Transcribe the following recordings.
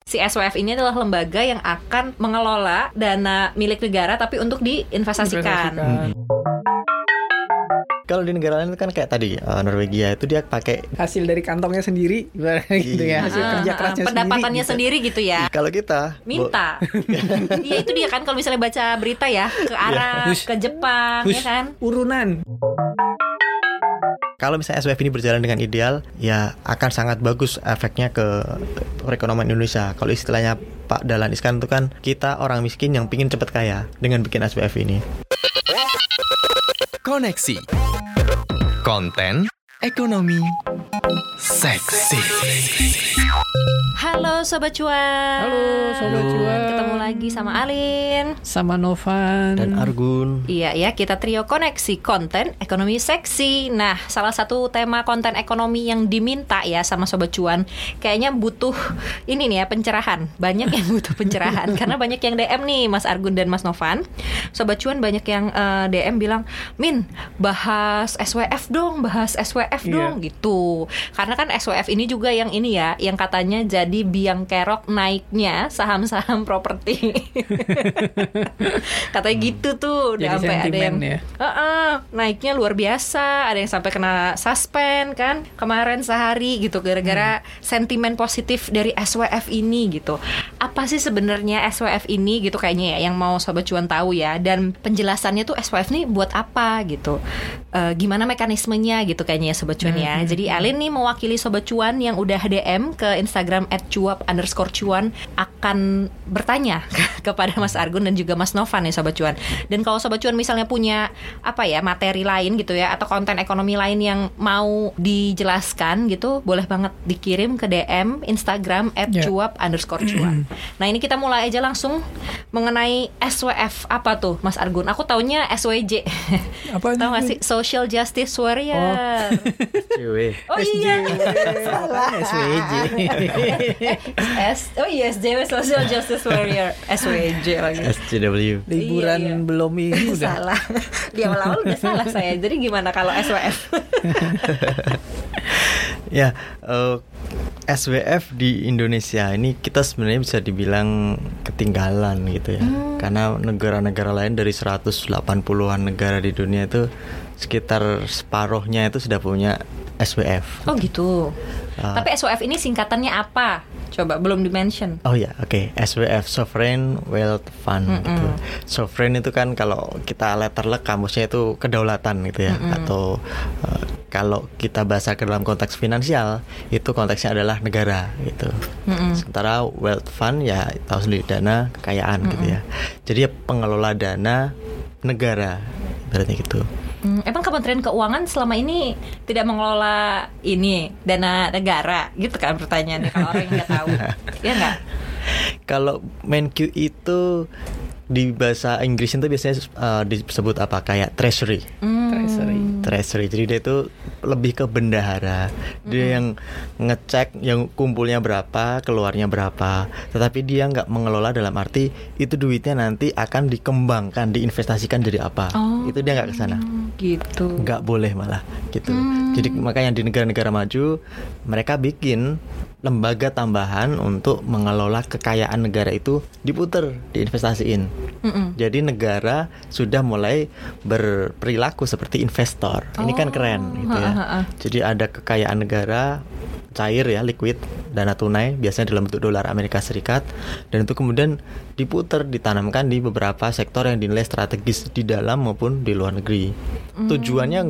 si SWF ini adalah lembaga yang akan mengelola dana milik negara tapi untuk diinvestasikan. Kalau di negara lain kan kayak tadi Norwegia itu dia pakai hasil dari kantongnya sendiri, gitu ya, hasil kerja kerasnya pendapatannya sendiri gitu ya. Kalau kita minta, iya itu dia kan kalau misalnya baca berita ya ke Arab, ke Jepang, ya kan urunan. Kalau misalnya SWF ini berjalan dengan ideal, ya akan sangat bagus efeknya ke perekonomian Indonesia. Kalau istilahnya Pak Dahlan Iskan itu kan kita orang miskin yang pingin cepat kaya dengan bikin SWF ini. Koneksi konten ekonomi seksi. Halo Sobat Cuan. Halo Sobat Cuan. Ketemu lagi sama Alin, sama Novan dan Argun. Iya ya, kita trio koneksi konten ekonomi seksi. Nah, salah satu tema konten ekonomi yang diminta ya sama Sobat Cuan, kayaknya butuh ini nih ya, pencerahan. Banyak yang butuh pencerahan karena banyak yang DM nih Mas Argun dan Mas Novan. Sobat Cuan banyak yang DM bilang, "Min, bahas SWF dong, bahas SWF dong." Gitu. Karena kan SWF ini juga yang ini ya, yang katanya jadi biang kerok naiknya saham-saham properti. Katanya gitu tuh, udah sampai ada yang naiknya luar biasa, ada yang sampai kena suspend kan kemarin sehari gitu gara-gara sentimen positif dari SWF ini gitu. Apa sih sebenarnya SWF ini gitu kayaknya ya yang mau Sobat Cuan tahu ya, dan penjelasannya tuh SWF nih buat apa gitu. Gimana mekanismenya gitu kayaknya ya Sobat Cuan ya. Jadi Alin nih mewakili Sobat Cuan yang udah DM ke Instagram @cuap_cuan akan bertanya kepada Mas Argun dan juga Mas Novan ya Sobat Cuan. Dan kalau Sobat Cuan misalnya punya apa ya materi lain gitu ya atau konten ekonomi lain yang mau dijelaskan gitu, boleh banget dikirim ke DM Instagram @cuap_cuan. Nah ini kita mulai aja langsung mengenai SWF. Apa tuh Mas Argun? Aku taunya SWJ. Apa? Tahu nggak sih? Social Justice Warrior. Oh iya. Salah SWJ. SJW Social Justice Warrior. SWJ lagi. SJW. Liburan belum ini udah. Salah. Di awal-awal udah salah saya. Jadi gimana kalau SWF? Ya, SWF di Indonesia ini kita sebenarnya bisa dibilang ketinggalan gitu ya. Karena negara-negara lain dari 180-an negara di dunia itu sekitar separuhnya itu sudah punya SWF. Oh gitu. Tapi SWF ini singkatannya apa? Coba belum di-mention. Oh ya, oke. SWF, Sovereign Wealth Fund gitu. Sovereign itu kan kalau kita letterlek kamusnya itu kedaulatan gitu ya. Atau kalau kita bahasa ke dalam konteks finansial, itu konteksnya adalah negara gitu. Sementara Wealth Fund ya tahu sendiri, dana kekayaan gitu ya. Jadi pengelola dana negara berarti gitu. Emang Kementerian Keuangan selama ini tidak mengelola ini dana negara gitu kan pertanyaannya kalau orang yang nggak tahu, ya nggak? Kalau Menq itu di bahasa Inggris itu biasanya disebut apa kayak treasury. Treasury. Jadi dia itu lebih ke bendahara. Dia yang ngecek yang kumpulnya berapa, keluarnya berapa. Tetapi dia nggak mengelola dalam arti itu duitnya nanti akan dikembangkan, diinvestasikan jadi apa. Itu dia nggak ke sana. Gitu. Nggak boleh malah gitu. Jadi makanya di negara-negara maju mereka bikin lembaga tambahan untuk mengelola kekayaan negara itu diputer, diinvestasiin. Jadi negara sudah mulai berperilaku seperti investor. Ini kan keren gitu ya. Jadi ada kekayaan negara cair ya, liquid, dana tunai biasanya dalam bentuk dolar Amerika Serikat, dan itu kemudian diputer, ditanamkan di beberapa sektor yang dinilai strategis di dalam maupun di luar negeri. Tujuannya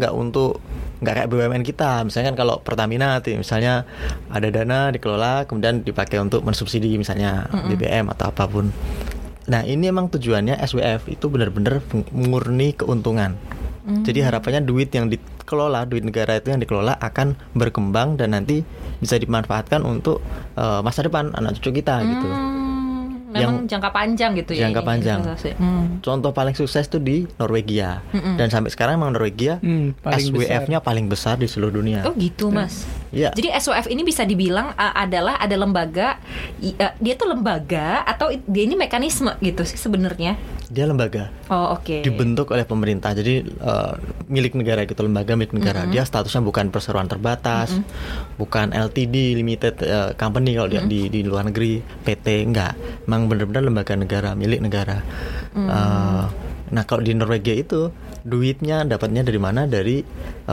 nggak kayak BUMN kita. Misalnya kan kalau Pertamina misalnya ada dana dikelola kemudian dipakai untuk mensubsidi misalnya BBM atau apapun. Nah ini emang tujuannya SWF itu benar-benar murni keuntungan. Jadi harapannya duit yang dikelola, duit negara itu yang dikelola akan berkembang dan nanti bisa dimanfaatkan untuk masa depan anak cucu kita gitu. Memang jangka panjang gitu ya. Jangka panjang. Contoh paling sukses tuh di Norwegia. Dan sampai sekarang memang Norwegia SWF-nya paling besar di seluruh dunia. Oh gitu Mas. Ya. Jadi SWF ini bisa dibilang adalah ada lembaga, dia tuh lembaga atau dia ini mekanisme gitu sih sebenarnya. Dia lembaga. Oh, oke. Dibentuk oleh pemerintah. Jadi milik negara gitu, lembaga milik negara. Dia statusnya bukan perseroan terbatas, bukan LTD limited company kalau di luar negeri, PT, enggak. Memang benar-benar lembaga negara, milik negara. Nah, kalau di Norwegia itu duitnya dapatnya dari mana? Dari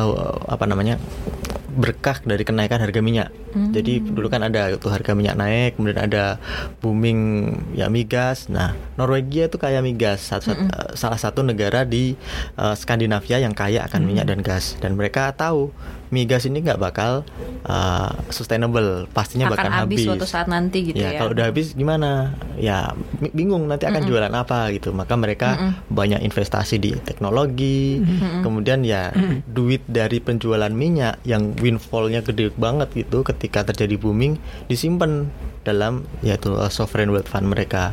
berkah dari kenaikan harga minyak. Jadi dulu kan ada tuh harga minyak naik, kemudian ada booming ya migas. Nah, Norwegia itu kaya migas, salah satu negara di Skandinavia yang kaya akan minyak dan gas. Dan mereka tahu migas ini nggak bakal sustainable, pastinya bakal habis suatu saat nanti gitu ya. Kalau udah habis gimana? Ya bingung nanti akan jualan apa gitu. Maka mereka banyak investasi di teknologi. Kemudian ya duit dari penjualan minyak yang windfall-nya gede banget gitu, ketika terjadi booming disimpan dalam yaitu sovereign wealth fund mereka.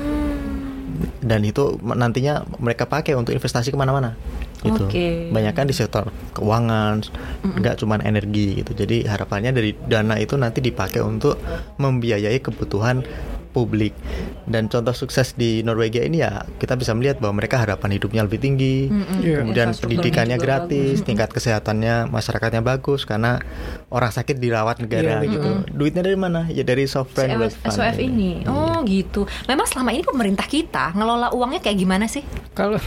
Dan itu nantinya mereka pakai untuk investasi kemana-mana. Gitu. Banyak kan di sektor keuangan, nggak cuma energi gitu. Jadi harapannya dari dana itu nanti dipakai untuk membiayai kebutuhan publik. Dan contoh sukses di Norwegia ini ya kita bisa melihat bahwa mereka harapan hidupnya lebih tinggi, kemudian pendidikannya gratis, tingkat kesehatannya masyarakatnya bagus karena orang sakit dirawat negara gitu. Duitnya dari mana? Ya dari sovereign wealth fund. SWF ini. Oh gitu. Memang selama ini pemerintah kita ngelola uangnya kayak gimana sih? Kalau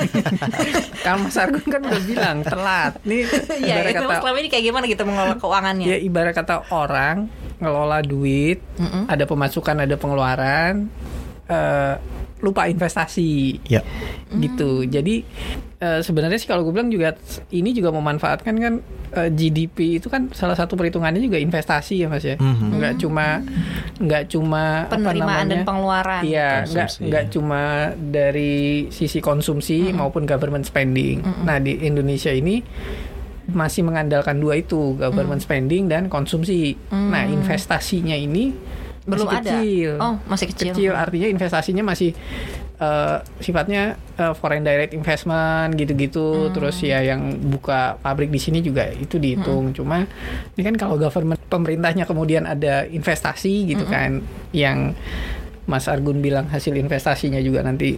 Mas Argun kan udah bilang telat. Nih ibarat kata selama ini kayak gimana gitu mengelola keuangannya? Ya ibarat kata orang ngelola duit, ada pemasukan, ada pengeluaran, lupa investasi, gitu. Jadi sebenarnya sih kalau gue bilang juga ini juga memanfaatkan kan GDP itu kan salah satu perhitungannya juga investasi ya Mas ya. Nggak cuma penerimaan dan pengeluaran. Iya, nggak cuma dari sisi konsumsi maupun government spending. Nah di Indonesia ini masih mengandalkan dua itu, government spending dan konsumsi. Nah, investasinya ini belum masih kecil. Oh, masih kecil. Artinya investasinya masih sifatnya foreign direct investment gitu-gitu. Terus ya yang buka pabrik di sini juga itu dihitung. Cuma ini kan kalau government pemerintahnya kemudian ada investasi gitu kan, yang Mas Argun bilang hasil investasinya juga nanti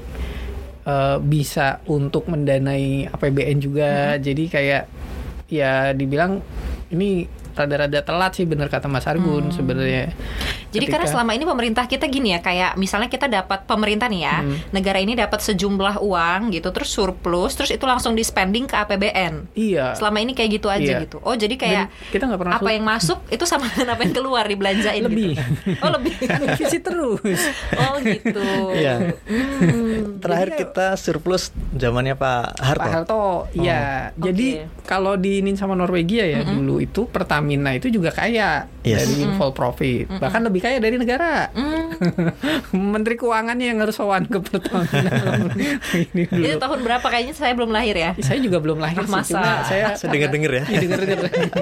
bisa untuk mendanai APBN juga. Jadi kayak ya dibilang ini rada-rada telat sih, bener kata Mas Argun sebenarnya. Jadi karena selama ini pemerintah kita gini ya, kayak misalnya kita dapat pemerintah nih ya, negara ini dapat sejumlah uang gitu, terus surplus, terus itu langsung di spending ke APBN. Iya. Selama ini kayak gitu aja gitu. Oh jadi kayak kita nggak pernah apa yang masuk itu sama dengan apa yang keluar dibelanjain lebih. Gitu. Oh lebih. Kan defisit terus. Oh gitu. Iya. Terakhir kita surplus zamannya Pak Harto. Iya. Jadi kalau diinin sama Norwegia ya dulu itu Pertamina itu juga kaya dari windfall profit, bahkan lebih kaya dari negara. Menteri Keuangannya yang harus sowan ke Pertamina. Itu tahun berapa? Kayaknya saya belum lahir ya. Saya juga belum lahir sih, cuma saya dengar-dengar ya. Dengar-dengar.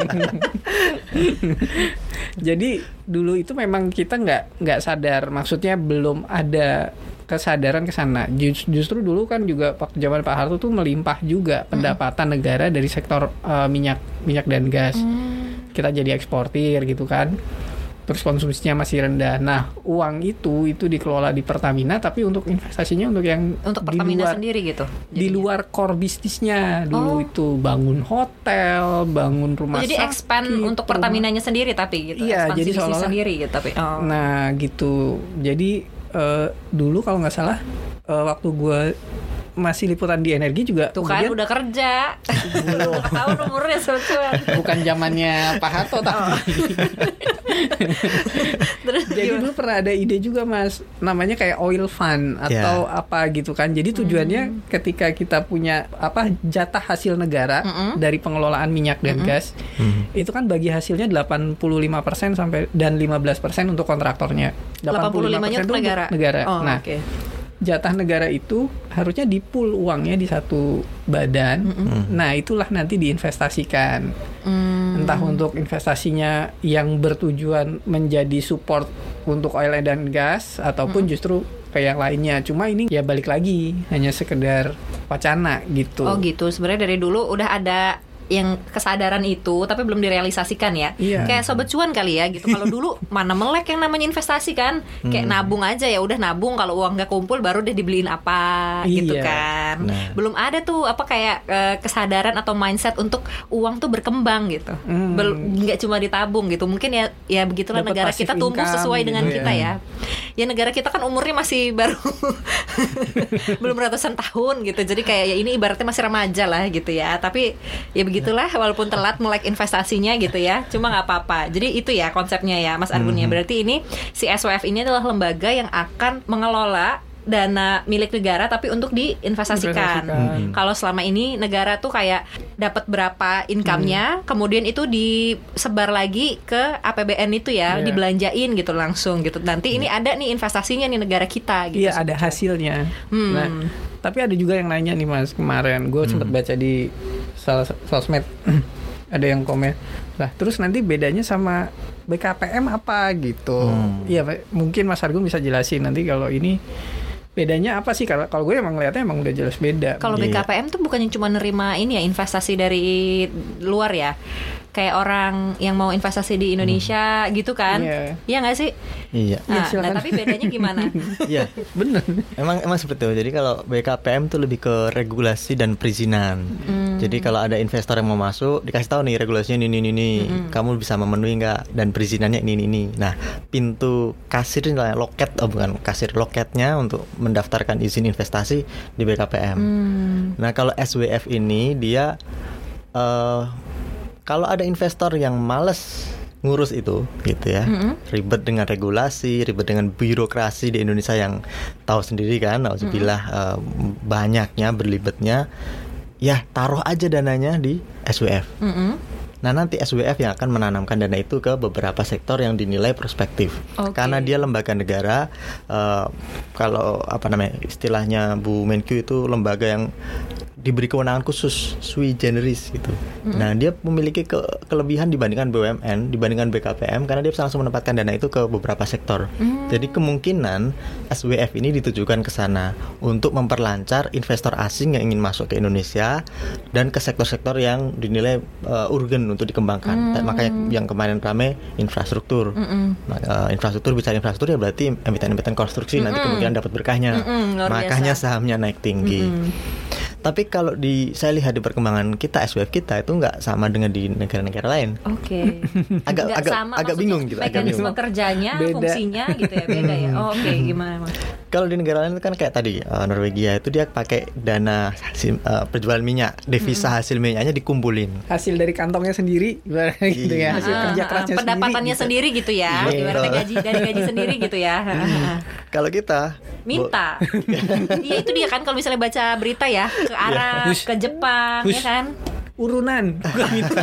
Jadi dulu itu memang kita nggak sadar, maksudnya belum ada kesadaran ke sana. Justru dulu kan juga waktu zaman Pak Harto tuh melimpah juga pendapatan negara dari sektor minyak dan gas. Kita jadi eksportir gitu kan. Terus konsumsinya masih rendah. Nah, uang itu dikelola di Pertamina, tapi untuk investasinya untuk Pertamina sendiri gitu. Di luar core bisnisnya dulu itu bangun hotel, bangun rumah sakit. Jadi expand untuk Pertaminanya sendiri tapi gitu. Iya, ekspansi jadi bisnis sendiri gitu tapi. Nah, gitu. Jadi dulu kalau nggak salah waktu gue masih liputan di energi juga tuh kan udah kerja belum tahu nomornya sebetulnya bukan zamannya Pak Harto tapi jadi dulu pernah ada ide juga Mas, namanya kayak oil fund atau apa gitu kan. Jadi tujuannya ketika kita punya jatah hasil negara dari pengelolaan minyak dan gas, itu kan bagi hasilnya 85% sampai dan 15% untuk kontraktornya. 85% untuk negara. Nah, jatah negara itu harusnya di-pool uangnya di satu badan. Nah, itulah nanti diinvestasikan. Entah untuk investasinya yang bertujuan menjadi support untuk oil dan gas ataupun justru kayak yang lainnya. Cuma ini ya balik lagi hanya sekedar wacana gitu. Oh gitu. Sebenarnya dari dulu udah ada yang kesadaran itu tapi belum direalisasikan ya. Kayak sobat cuan kali ya gitu. Kalau dulu mana melek yang namanya investasi kan, kayak nabung aja, ya udah nabung, kalau uang nggak kumpul baru deh dibeliin apa gitu kan. Belum ada tuh apa kayak kesadaran atau mindset untuk uang tuh berkembang gitu. Nggak cuma ditabung gitu. Mungkin ya begitulah dapet negara kita tumbuh sesuai dengan kita ya. Ya negara kita kan umurnya masih baru belum ratusan tahun gitu. Jadi kayak ya ini ibaratnya masih remaja lah gitu ya. Tapi ya begitulah, walaupun telat melek investasinya gitu ya, cuma nggak apa-apa. Jadi itu ya konsepnya ya Mas Argun ya. Berarti ini si SWF ini adalah lembaga yang akan mengelola dana milik negara tapi untuk diinvestasikan. Kalau selama ini negara tuh kayak dapat berapa income-nya, kemudian itu disebar lagi ke APBN itu ya, dibelanjain gitu langsung gitu. Nanti ini ada nih investasinya nih negara kita gitu. Iya, ada hasilnya. Nah, tapi ada juga yang nanya nih Mas, kemarin gue sempat baca di sosmed ada yang komen, lah terus nanti bedanya sama BKPM apa gitu. Iya, mungkin Mas Argun bisa jelasin nanti kalau ini bedanya apa sih? Kalau gue emang ngeliatnya emang udah jelas beda. Kalau BKPM tuh bukannya cuma nerima ini ya, investasi dari luar ya, kayak orang yang mau investasi di Indonesia gitu kan? Iya nggak sih? Iya. Nah tapi bedanya gimana? Iya, benar. Emang seperti itu. Jadi kalau BKPM tuh lebih ke regulasi dan perizinan. Jadi kalau ada investor yang mau masuk, dikasih tahu nih regulasinya ini. Kamu bisa memenuhi nggak, dan perizinannya ini. Nah, pintu kasir loket, bukan kasir, loketnya untuk mendaftarkan izin investasi di BKPM. Nah, kalau SWF ini dia kalau ada investor yang males ngurus itu gitu ya, ribet dengan regulasi, ribet dengan birokrasi di Indonesia yang tahu sendiri kan, nauzubillah banyaknya berlibetnya, ya taruh aja dananya di SWF. Nah, nanti SWF yang akan menanamkan dana itu ke beberapa sektor yang dinilai prospektif. Karena dia lembaga negara, kalau istilahnya Bu Menkyu itu lembaga yang diberi kewenangan khusus, sui generis gitu. Nah, dia memiliki kelebihan dibandingkan BUMN, dibandingkan BKPM, karena dia bisa langsung menempatkan dana itu ke beberapa sektor. Jadi kemungkinan SWF ini ditujukan ke sana untuk memperlancar investor asing yang ingin masuk ke Indonesia dan ke sektor-sektor yang dinilai urgen untuk dikembangkan. Makanya yang kemarin rame infrastruktur. Infrastruktur, bicara infrastruktur ya berarti emiten-emiten konstruksi nanti kemungkinan dapat berkahnya. Makanya sahamnya naik tinggi. Tapi kalau saya lihat di perkembangan kita, SWF kita itu nggak sama dengan di negara-negara lain. Agak bingung gitu. Mekanisme kerjanya, fungsinya gitu ya, beda ya. Gimana Mas? Kalau di negara lain kan kayak tadi Norwegia itu dia pakai dana penjualan minyak, devisa hasil minyaknya dikumpulin. Hasil dari kantongnya sendiri, gitu ya. Hasil kerja kerasnya pendapatannya sendiri gitu ya. Ibaratnya gaji sendiri gitu ya. Kalau kita minta. Iya itu dia kan, kalau misalnya baca berita ya, ke Arab, ke Jepang, ya kan? Urunan, bukan minta.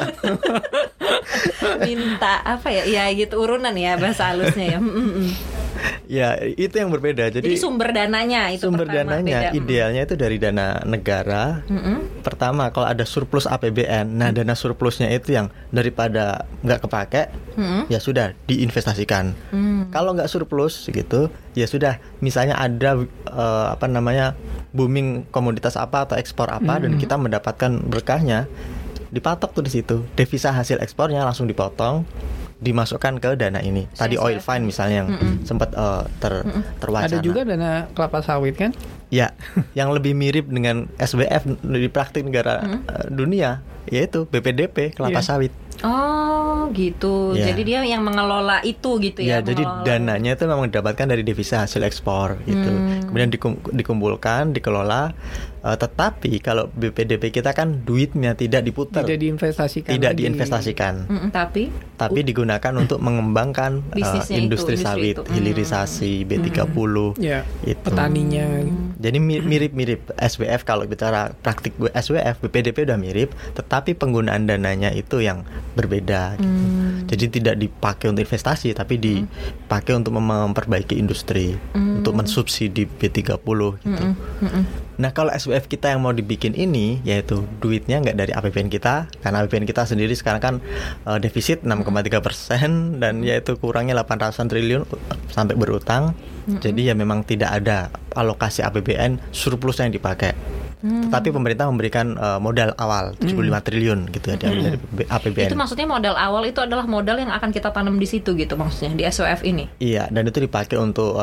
Minta apa ya? Ya gitu, urunan ya bahasa halusnya ya. Ya, itu yang berbeda. Jadi sumber dananya itu sumber dananya beda. Idealnya itu dari dana negara. Pertama, kalau ada surplus APBN, nah dana surplusnya itu yang daripada nggak kepake, ya sudah diinvestasikan. Kalau nggak surplus gitu, ya sudah. Misalnya ada booming komoditas apa atau ekspor apa, dan kita mendapatkan berkahnya, dipatok tuh di situ. Devisa hasil ekspornya langsung dipotong, dimasukkan ke dana ini. Tadi oil fund misalnya yang sempat terwacana. Ada juga dana kelapa sawit kan? Ya, yang lebih mirip dengan SWF di praktik negara dunia, yaitu BPDP kelapa sawit. Oh gitu. Jadi dia yang mengelola itu gitu ya. Jadi dananya itu memang didapatkan dari devisa hasil ekspor gitu. Kemudian dikumpulkan, dikelola. Tetapi kalau BPDP kita kan duitnya tidak diputar, tidak diinvestasikan. Tapi digunakan untuk mengembangkan industri sawit, hilirisasi B30 itu. Petaninya. Jadi mirip-mirip SWF. Kalau bicara praktik SWF, BPDP udah mirip, tetapi penggunaan dananya itu yang berbeda gitu. Jadi tidak dipakai untuk investasi, tapi dipakai untuk memperbaiki industri, untuk mensubsidi B30 gitu. Nah, kalau SWF kita yang mau dibikin ini, yaitu duitnya nggak dari APBN kita, karena APBN kita sendiri sekarang kan defisit 6,3%, dan yaitu kurangnya 800 triliun sampai berutang. Jadi ya memang tidak ada alokasi APBN surplus yang dipakai. Tetapi pemerintah memberikan modal awal 75 triliun gitu ya dari APBN. Itu maksudnya modal awal itu adalah modal yang akan kita tanam di situ gitu maksudnya di SWF ini. Iya, dan itu dipakai untuk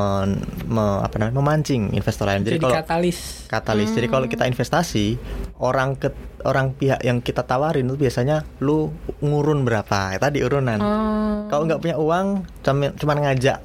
memancing investor lain. Jadi kalau katalis. Jadi kalau kita investasi, orang pihak yang kita tawarin itu biasanya lu ngurun berapa, tadi urunan. Kalau nggak punya uang, cuma ngajak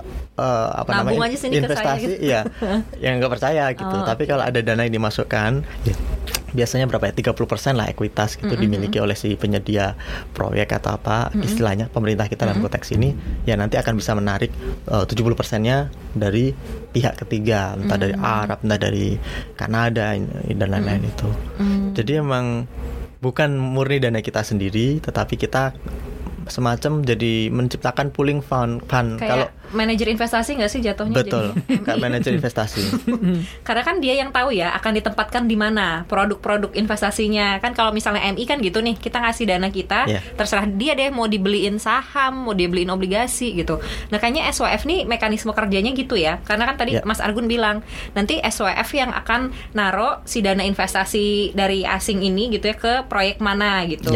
investasi, gitu. iya, yang nggak percaya gitu. Tapi kalau ada dana yang dimasukkan, ya, biasanya berapa ya, 30% lah ekuitas gitu dimiliki oleh si penyedia proyek atau apa, istilahnya pemerintah kita dalam konteks ini, ya nanti akan bisa menarik 70%-nya dari pihak ketiga, entah dari Arab, entah dari Kanada dan lain-lain itu. Jadi emang bukan murni dana kita sendiri, tetapi kita semacam jadi menciptakan pooling fund. Kayak kalau manajer investasi nggak sih jatuhnya? Betul, kayak manajer investasi. Karena kan dia yang tahu ya akan ditempatkan di mana produk-produk investasinya. Kan kalau misalnya MI kan gitu nih, kita ngasih dana kita, terserah dia deh mau dibeliin saham, mau dibeliin obligasi gitu. Nah kayaknya SWF nih mekanisme kerjanya gitu ya. Karena kan tadi Mas Argun bilang nanti SWF yang akan naro si dana investasi dari asing ini gitu ya ke proyek mana gitu.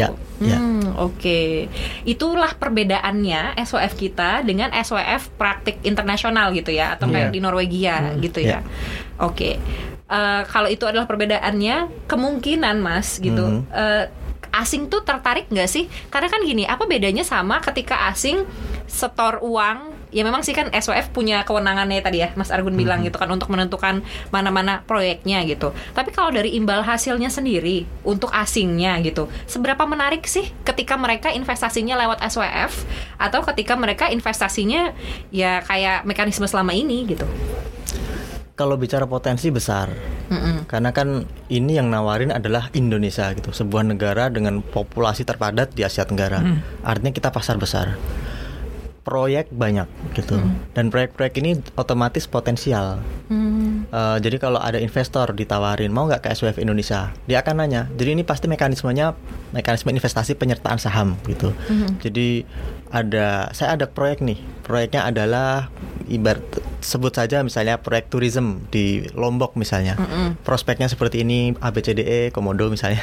Oke. Itulah perbedaannya SWF kita dengan SWF praktik internasional gitu ya, atau kayak di Norwegia gitu ya. Oke. Kalau itu adalah perbedaannya, kemungkinan Mas gitu, asing tuh tertarik nggak sih? Karena kan gini, apa bedanya sama ketika asing setor uang? Ya memang sih kan SWF punya kewenangannya tadi ya Mas Argun bilang gitu kan, untuk menentukan mana-mana proyeknya gitu. Tapi kalau dari imbal hasilnya sendiri untuk asingnya gitu, seberapa menarik sih ketika mereka investasinya lewat SWF atau ketika mereka investasinya ya kayak mekanisme selama ini gitu? Kalau bicara potensi besar, karena kan ini yang nawarin adalah Indonesia gitu, sebuah negara dengan populasi terpadat di Asia Tenggara. Artinya kita pasar besar, proyek banyak gitu, dan proyek-proyek ini otomatis potensial. Jadi kalau ada investor ditawarin mau nggak ke SWF Indonesia, dia akan nanya. Jadi ini pasti mekanisme investasi penyertaan saham gitu. Jadi saya ada proyek nih, proyeknya adalah ibarat sebut saja misalnya proyek tourism di Lombok misalnya. Prospeknya seperti ini, ABCDE, Komodo misalnya.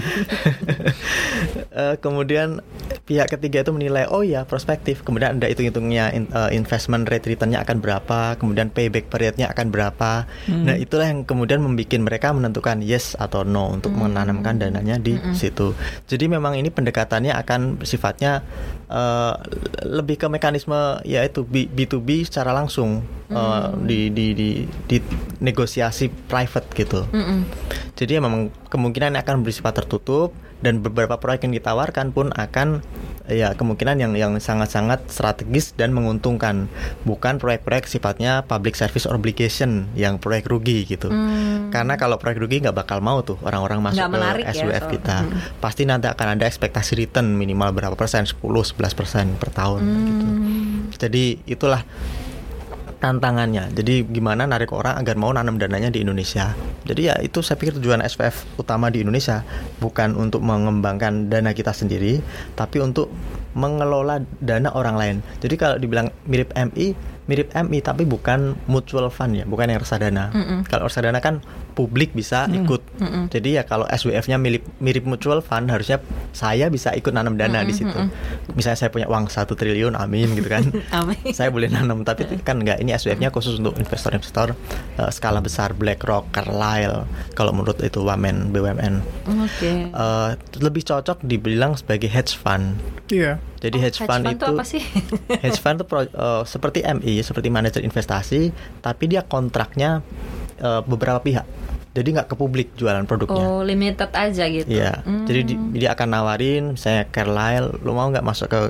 Kemudian pihak ketiga itu menilai, oh ya prospektif. Kemudian ada hitung-hitungnya, investment rate return-nya akan berapa, kemudian payback period-nya akan berapa. Nah itulah yang kemudian membuat mereka menentukan yes atau no untuk menanamkan dananya di situ. Jadi memang ini pendekatannya akan sifatnya lebih ke mekanisme yaitu B2B secara langsung, di negosiasi private gitu. Jadi memang kemungkinan akan bersifat tertutup, dan beberapa proyek yang ditawarkan pun akan ya kemungkinan yang sangat-sangat strategis dan menguntungkan, bukan proyek-proyek sifatnya public service obligation yang proyek rugi gitu. Karena kalau proyek rugi nggak bakal mau tuh orang-orang masuk ke SWF ya, kita. Pasti nanti akan ada ekspektasi return minimal berapa persen, 10-11% per tahun gitu. Jadi itulah tantangannya. Jadi gimana narik orang agar mau nanam dananya di Indonesia. Jadi ya itu saya pikir tujuan SWF utama di Indonesia, bukan untuk mengembangkan dana kita sendiri, tapi untuk mengelola dana orang lain. Jadi kalau dibilang mirip MI tapi bukan mutual fund ya, bukan yang reksadana. Kalau reksadana kan publik bisa ikut. Jadi ya kalau SWF-nya mirip mutual fund, harusnya saya bisa ikut nanam dana di situ. Misalnya saya punya uang 1 triliun, amin gitu kan. Amin. Saya boleh nanam, tapi kan enggak, ini SWF-nya khusus untuk investor-investor skala besar, BlackRock, Carlyle, kalau menurut itu Wamen, BUMN. Lebih cocok dibilang sebagai hedge fund. Iya. Jadi hedge fund itu apa sih? Hedge fund itu seperti MI, seperti manajer investasi, tapi dia kontraknya beberapa pihak. Jadi nggak ke publik jualan produknya. Oh, limited aja gitu. Iya. Jadi dia akan nawarin, misalnya Carlyle, lo mau nggak masuk ke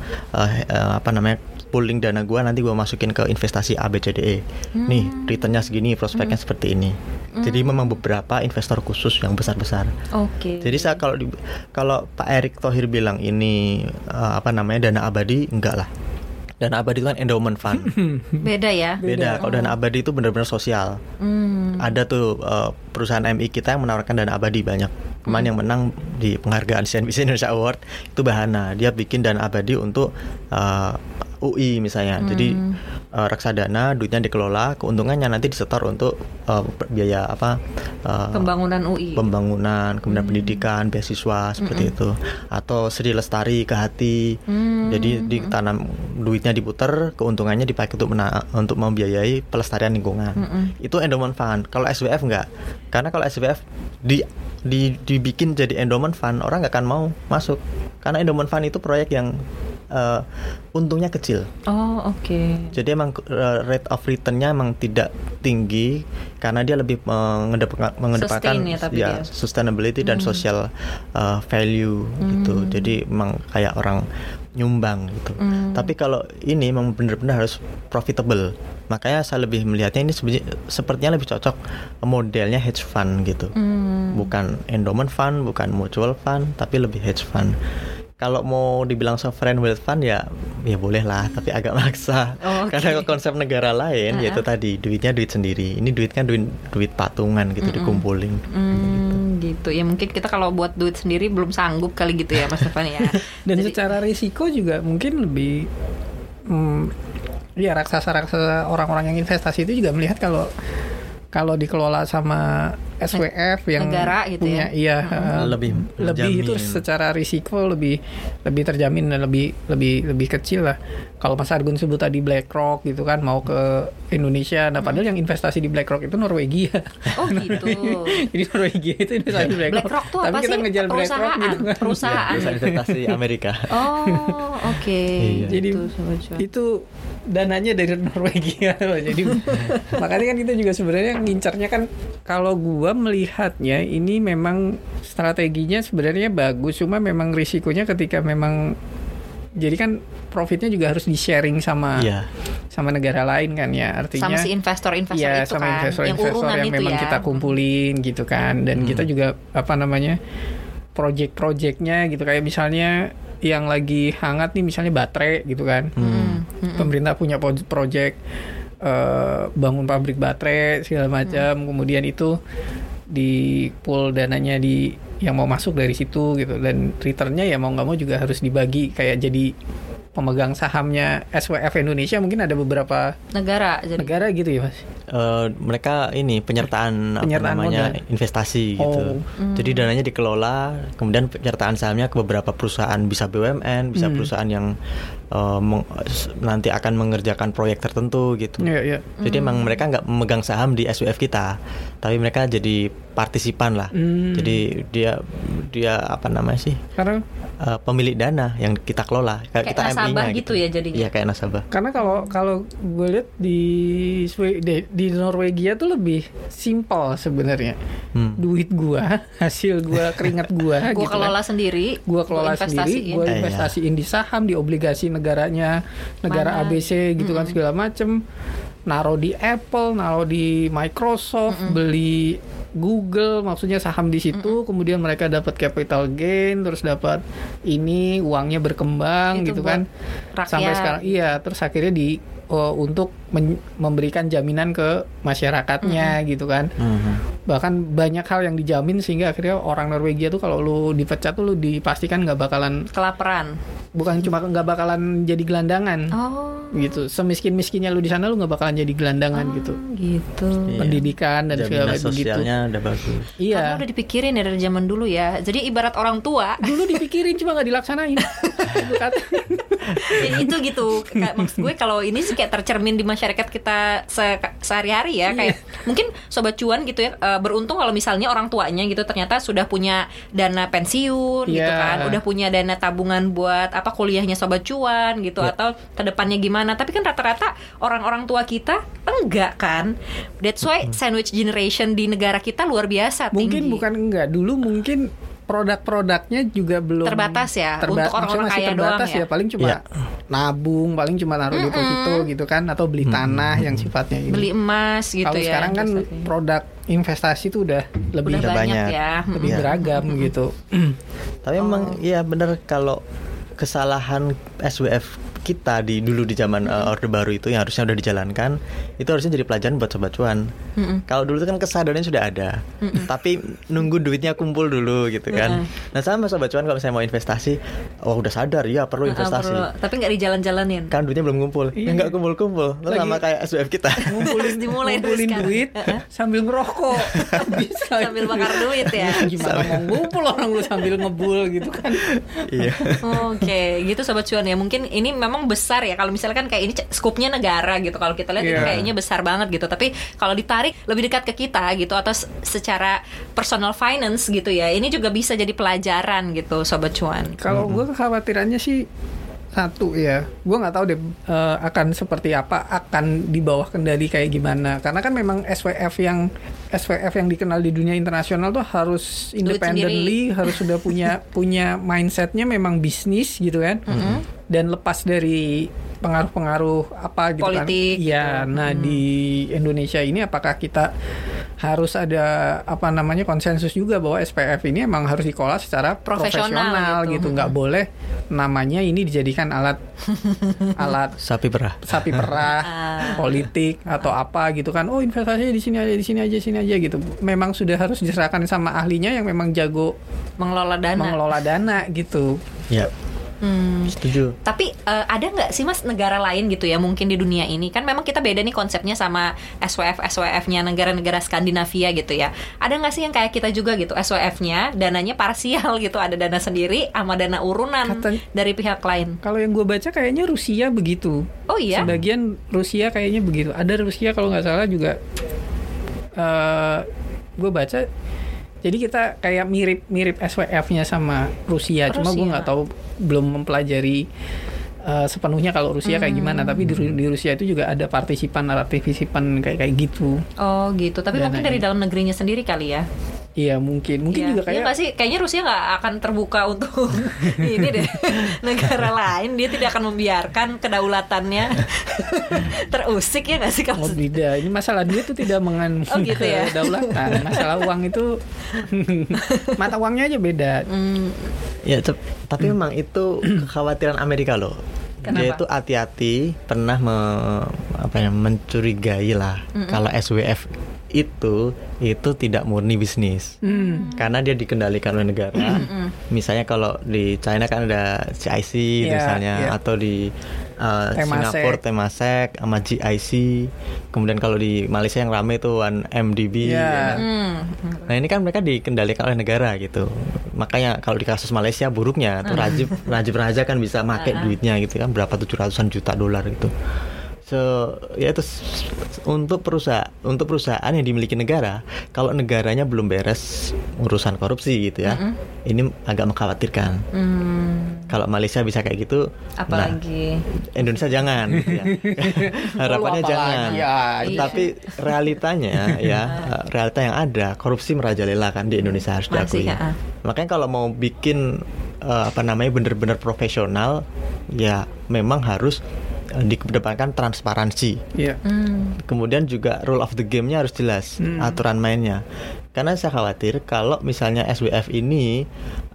pooling dana gua, nanti gua masukin ke investasi ABCDE. Nih, returnnya segini, prospeknya seperti ini. Jadi memang beberapa investor khusus yang besar-besar. Jadi saya kalau Pak Erick Thohir bilang ini dana abadi, enggak lah. Dana abadi itu kan endowment fund. Beda ya? Beda. Kalau dana abadi itu benar-benar sosial. Ada tuh perusahaan MI kita yang menawarkan dana abadi banyak. Kemarin yang menang di penghargaan CNBC Indonesia Award itu Bahana. Dia bikin dana abadi untuk UI misalnya. Jadi reksadana duitnya dikelola, keuntungannya nanti disetor untuk biaya pembangunan UI. Pembangunan, kemudian pendidikan, beasiswa seperti itu. Atau Sri Lestari ke hati. Jadi ditanam duitnya diputer, keuntungannya dipakai untuk membiayai pelestarian lingkungan. Itu endowment fund. Kalau SWF enggak. Karena kalau SWF dibikin jadi endowment fund, orang nggak akan mau masuk. Karena endowment fund itu proyek yang untungnya kecil. Oh, oke. Jadi emang rate of return-nya emang tidak tinggi karena dia lebih mengedepankan sustainability dan social value gitu. Jadi emang kayak orang nyumbang gitu. Tapi kalau ini memang benar-benar harus profitable. Makanya saya lebih melihatnya ini sepertinya lebih cocok modelnya hedge fund gitu. Bukan endowment fund, bukan mutual fund, tapi lebih hedge fund. Kalau mau dibilang sovereign wealth fund ya boleh lah, tapi agak maksa. Karena konsep negara lain yaitu tadi duitnya duit sendiri. Ini duit kan duit patungan gitu, dikumpulin. gitu. Ya mungkin kita kalau buat duit sendiri belum sanggup kali gitu ya Mas Stefan ya. Dan jadi, secara risiko juga mungkin lebih ya raksasa orang-orang yang investasi itu juga melihat kalau dikelola sama SWF yang negara gitu punya lebih itu secara risiko lebih terjamin dan lebih kecil lah. Kalau Mas Argun sebut tadi BlackRock gitu kan mau ke Indonesia, nah padahal yang investasi di BlackRock itu Norwegia. Oh gitu. Jadi Norwegia itu investasi di BlackRock. BlackRock tuh tapi apa kita sih? ngejar BlackRock gitu kan. Perusahaan. Investasi Amerika. Oh, oke. Jadi itu dananya dari Norwegia loh. Jadi makanya kan kita juga sebenarnya ngincarnya kan, kalau gua melihatnya ini memang strateginya sebenarnya bagus, cuma memang risikonya ketika memang jadi kan profitnya juga harus di-sharing sama negara lain kan ya, artinya sama si investor-investor ya, itu sama kan investor-investor yang memang kita kumpulin gitu kan, dan kita juga project-projectnya gitu, kayak misalnya yang lagi hangat nih misalnya baterai gitu kan. Pemerintah punya project bangun pabrik baterai segala macam, kemudian itu di pool dananya yang mau masuk dari situ gitu, dan returnnya ya mau nggak mau juga harus dibagi, kayak jadi pemegang sahamnya SWF Indonesia mungkin ada beberapa negara gitu ya Mas. Mereka ini penyertaan modal. Investasi gitu. Jadi dananya dikelola, kemudian penyertaan sahamnya ke beberapa perusahaan, bisa BUMN, bisa perusahaan yang nanti akan mengerjakan proyek tertentu gitu. Jadi emang mereka nggak memegang saham di SWF kita, tapi mereka jadi partisipan lah. Jadi dia Karena pemilik dana yang kita kelola, kayak kita nasabah gitu ya jadinya. Iya, kayak nasabah. Karena kalau gue lihat di Norwegia tuh lebih simpel sebenarnya. Duit gua, hasil gua, keringat gua gua gitu kelola sendiri. Gua kelola sendiri, gua investasiin di saham, di obligasi negaranya, negara ABC gitu kan, segala macem. Naruh di Apple, naruh di Microsoft, beli Google, maksudnya saham di situ, kemudian mereka dapat capital gain, terus dapat ini uangnya berkembang itu gitu kan, rakyat. Sampai sekarang terus akhirnya untuk memberikan jaminan ke masyarakatnya gitu kan. Bahkan banyak hal yang dijamin sehingga akhirnya orang Norwegia tuh kalau lu dipecat tuh lu dipastikan nggak bakalan kelaparan. Bukan cuma nggak bakalan jadi gelandangan. Gitu. Semiskin-miskinnya lu di sana lu nggak bakalan jadi gelandangan gitu. Pendidikan dan segala macam gitu. Sosialnya udah bagus. Karena udah dipikirin ya dari zaman dulu ya. Jadi ibarat orang tua. Dulu dipikirin cuma nggak dilaksanain. Ya, itu gitu. Maksud gue kalau ini sih kayak tercermin di masyarakat kita sehari-hari ya, kayak mungkin sobat cuan gitu ya, beruntung kalau misalnya orang tuanya gitu ternyata sudah punya dana pensiun gitu kan, udah punya dana tabungan buat kuliahnya sobat cuan gitu, atau kedepannya gimana. Tapi kan rata-rata orang-orang tua kita enggak kan. That's why sandwich generation di negara kita luar biasa tinggi. Mungkin bukan enggak, dulu mungkin produk-produknya juga belum terbatas ya, untuk orang-orang kaya doang ya. Paling cuma nabung, paling cuma naruh deposito gitu kan, atau beli tanah yang sifatnya ini. Beli emas gitu. Kalau sekarang kan produk investasi itu udah lebih banyak ya, lebih beragam gitu. Tapi emang benar, kalau kesalahan SWF kita dulu di zaman Orde Baru itu yang harusnya udah dijalankan, itu harusnya jadi pelajaran buat Sobat Cuan. Kalau dulu itu kan kesadarannya sudah ada, tapi nunggu duitnya kumpul dulu gitu kan. Nah sama Sobat Cuan, kalau misalnya mau investasi, udah sadar ya perlu investasi, tapi nggak dijalan-jalanin kan duitnya belum kumpul, nggak kumpul-kumpul. Terus sama kayak SWF kita, ngumpulin duit sambil ngerokok, sambil bakar duit ya. Gimana mau ngumpul orang lu sambil ngebul gitu kan. Iya. Oke, gitu Sobat Cuan ya. Mungkin ini memang besar ya. Kalau misalkan kayak ini skupnya negara gitu. Kalau kita lihat ini kayaknya besar banget gitu. Tapi kalau ditarik lebih dekat ke kita gitu, atau secara personal finance gitu ya, ini juga bisa jadi pelajaran gitu Sobat Cuan. Kalau gue kekhawatirannya sih satu ya, gue nggak tahu deh akan seperti apa, akan di bawah kendali kayak gimana. Karena kan memang SWF yang dikenal di dunia internasional tuh harus independently, harus sudah punya mindsetnya memang bisnis gitu kan, dan lepas dari pengaruh-pengaruh apa gitu politik, kan. Ya, nah di Indonesia ini apakah kita harus ada konsensus juga bahwa SPF ini emang harus dikelola secara profesional gitu. Nggak boleh namanya ini dijadikan alat sapi perah politik atau apa gitu kan. Oh, investasinya di sini aja gitu. Memang sudah harus diserahkan sama ahlinya yang memang jago mengelola dana gitu. Ya. Setuju. Tapi ada nggak sih Mas negara lain gitu ya, mungkin di dunia ini kan memang kita beda nih konsepnya sama SWF-nya negara-negara Skandinavia gitu ya. Ada nggak sih yang kayak kita juga gitu, SWF-nya dananya parsial gitu, ada dana sendiri sama dana urunan dari pihak lain. Kalau yang gue baca kayaknya Rusia begitu. Oh iya? Sebagian Rusia kayaknya begitu. Ada Rusia kalau nggak salah juga. Gue baca. Jadi kita kayak mirip SWF-nya sama Rusia. Cuma gue nggak tahu, belum mempelajari sepenuhnya kalau Rusia kayak gimana. Tapi di Rusia itu juga ada partisipan kayak gitu. Oh gitu. Tapi mungkin dari dalam negerinya sendiri kali ya. Iya mungkin juga kayak. Iya nggak sih? Kayaknya Rusia nggak akan terbuka untuk ini deh, negara lain. Dia tidak akan membiarkan kedaulatannya terusik, ya nggak sih kalau? Tidak. Ini masalah dia tuh tidak mengandung gitu ya? kedaulatan. Masalah uang itu mata uangnya aja beda. Ya, tapi memang itu kekhawatiran Amerika loh. Kenapa? Dia itu hati-hati pernah mencurigai lah kalau SWF itu tidak murni bisnis, karena dia dikendalikan oleh negara. Misalnya kalau di China kan ada CIC misalnya, atau di Singapura Temasek sama GIC. Kemudian kalau di Malaysia yang ramai itu 1MDB. Nah ini kan mereka dikendalikan oleh negara gitu. Makanya kalau di kasus Malaysia buruknya tuh Rajiv Raja kan bisa pakai duitnya gitu kan, berapa 700-an juta dolar gitu. So, ya itu untuk perusahaan yang dimiliki negara, kalau negaranya belum beres urusan korupsi gitu ya, ini agak mengkhawatirkan. Kalau Malaysia bisa kayak gitu, apalagi Indonesia jangan gitu ya. Harapannya jangan. Tapi realitanya realita yang ada, korupsi merajalela kan di Indonesia, harus diakui. Makanya kalau mau bikin benar-benar profesional, ya memang harus dikedepankan transparansi. Kemudian juga rule of the game-nya harus jelas, aturan mainnya. Karena saya khawatir kalau misalnya SWF ini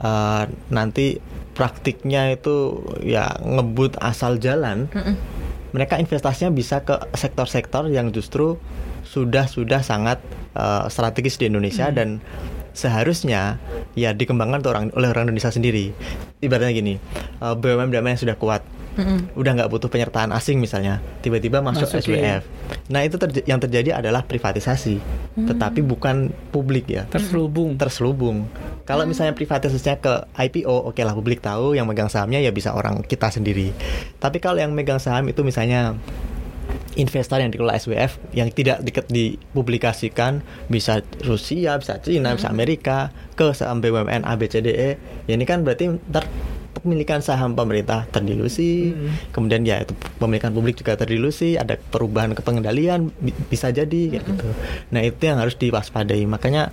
nanti praktiknya itu ya ngebut asal jalan, mereka investasinya bisa ke sektor-sektor yang justru sudah sangat strategis di Indonesia dan seharusnya ya dikembangkan oleh orang Indonesia sendiri. Ibaratnya gini, BUMN yang sudah kuat, udah nggak butuh penyertaan asing misalnya, tiba-tiba masuk SWF. Nah itu yang terjadi adalah privatisasi, tetapi bukan publik ya, terselubung. Kalau misalnya privatisasinya ke IPO, oke lah publik tahu, yang megang sahamnya ya bisa orang kita sendiri. Tapi kalau yang megang saham itu misalnya investor yang dikelola SWF yang tidak dipublikasikan, bisa Rusia, bisa Cina, bisa Amerika, ke saham BUMN ABCDE, ya ini kan berarti pemilikan saham pemerintah terdilusi, kemudian ya itu pemilikan publik juga terdilusi, ada perubahan kepengendalian bisa jadi kayak gitu. Nah itu yang harus diwaspadai. Makanya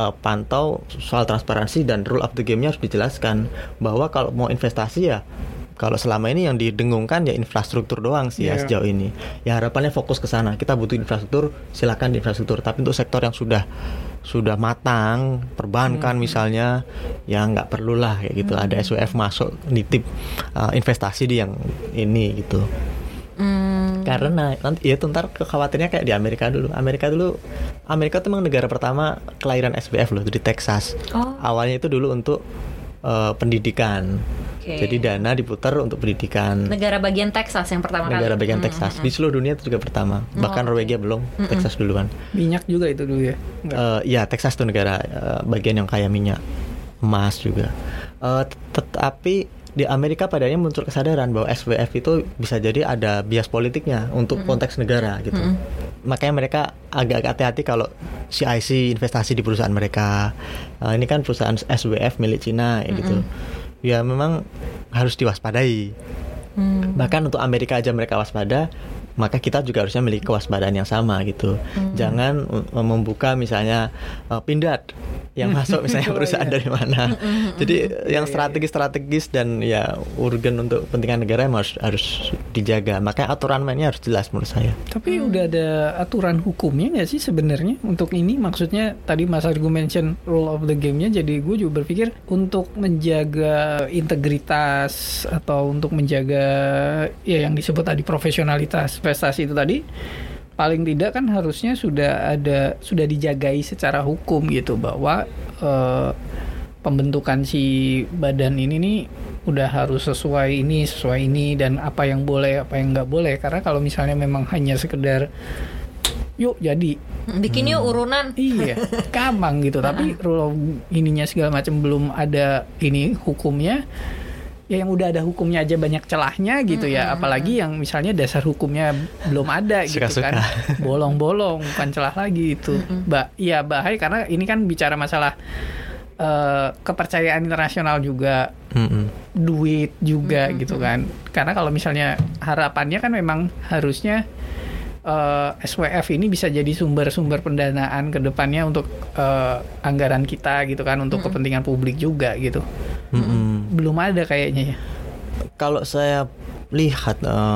pantau soal transparansi dan rule of the game-nya harus dijelaskan, bahwa kalau mau investasi ya Kalau selama ini yang didengungkan ya infrastruktur doang sih ya sejauh ini. Ya harapannya fokus ke sana. Kita butuh infrastruktur, silakan di infrastruktur. Tapi untuk sektor yang sudah matang, perbankan misalnya, ya nggak perlulah kayak gitu. Ada SWF masuk nitip investasi di yang ini gitu. Karena nanti ya ntar kekhawatirannya kayak di Amerika dulu. Amerika tuh memang negara pertama kelahiran SWF loh, di Texas. Awalnya itu dulu untuk pendidikan. Jadi dana diputar untuk pendidikan. Negara bagian Texas yang pertama kali. Negara bagian Texas. Di seluruh dunia itu juga pertama. Bahkan Norwegia belum, Texas duluan. Minyak juga itu dulu ya? Ya, Texas itu negara bagian yang kaya minyak, emas juga. Tetapi di Amerika padanya muncul kesadaran bahwa SWF itu bisa jadi ada bias politiknya untuk konteks negara gitu. Makanya mereka agak hati-hati kalau CIC investasi di perusahaan mereka. Ini kan perusahaan SWF milik Cina gitu. Ya memang harus diwaspadai. Bahkan untuk Amerika aja mereka waspada, maka kita juga harusnya memiliki kewaspadaan yang sama gitu. Jangan membuka misalnya Pindad yang masuk misalnya perusahaan dari mana. Jadi yang strategis dan ya urgen untuk kepentingan negara harus dijaga. Makanya aturan mainnya harus jelas menurut saya. Tapi udah ada aturan hukumnya nggak sih sebenarnya untuk ini? Maksudnya tadi Mas Argo mention rule of the game-nya. Jadi gue juga berpikir untuk menjaga integritas atau untuk menjaga ya yang disebut tadi profesionalitas investasi itu tadi, paling tidak kan harusnya sudah dijagai secara hukum gitu, bahwa pembentukan si badan ini nih udah harus sesuai ini dan apa yang boleh apa yang nggak boleh. Karena kalau misalnya memang hanya sekedar yuk jadi bikin yuk urunan, iya gampang gitu, tapi rule ininya segala macam belum ada ini hukumnya. Ya yang udah ada hukumnya aja banyak celahnya gitu ya, apalagi yang misalnya dasar hukumnya belum ada gitu kan, bolong-bolong bukan celah lagi itu. Ya bahaya karena ini kan bicara masalah kepercayaan internasional juga, duit juga gitu kan. Karena kalau misalnya harapannya kan memang harusnya SWF ini bisa jadi sumber-sumber pendanaan ke depannya untuk anggaran kita gitu kan, untuk kepentingan publik juga gitu. Belum ada kayaknya ya. Kalau saya lihat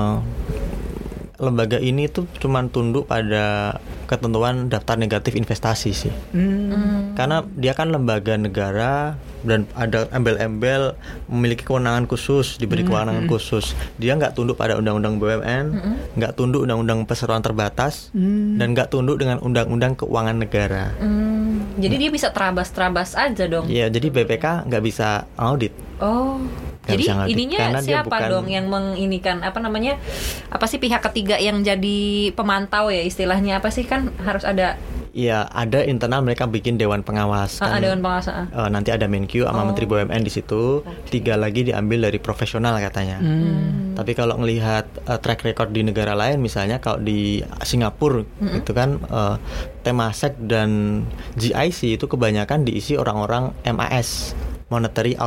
lembaga ini tuh cuman tunduk pada ketentuan daftar negatif investasi sih. Karena dia kan lembaga negara dan ada embel-embel memiliki kewenangan khusus, diberi kewenangan khusus. Dia nggak tunduk pada undang-undang BUMN, nggak tunduk undang-undang perseroan terbatas, dan nggak tunduk dengan undang-undang keuangan negara. Jadi dia bisa terabas-terabas aja dong. Iya, jadi BPK nggak bisa audit. Oh. Gak jadi audit, ininya siapa dong yang menginikan apa namanya? Apa sih pihak ketiga yang jadi pemantau ya istilahnya, apa sih, kan harus ada. Iya, ada internal mereka bikin dewan pengawas kan. Dewan pengawas. Nanti ada Menkyu sama Menteri BUMN di situ. 3 lagi diambil dari profesional katanya. Tapi kalau ngelihat track record di negara lain, misalnya kalau di Singapura itu kan Temasek dan GIC itu kebanyakan diisi orang-orang MAS, Monetary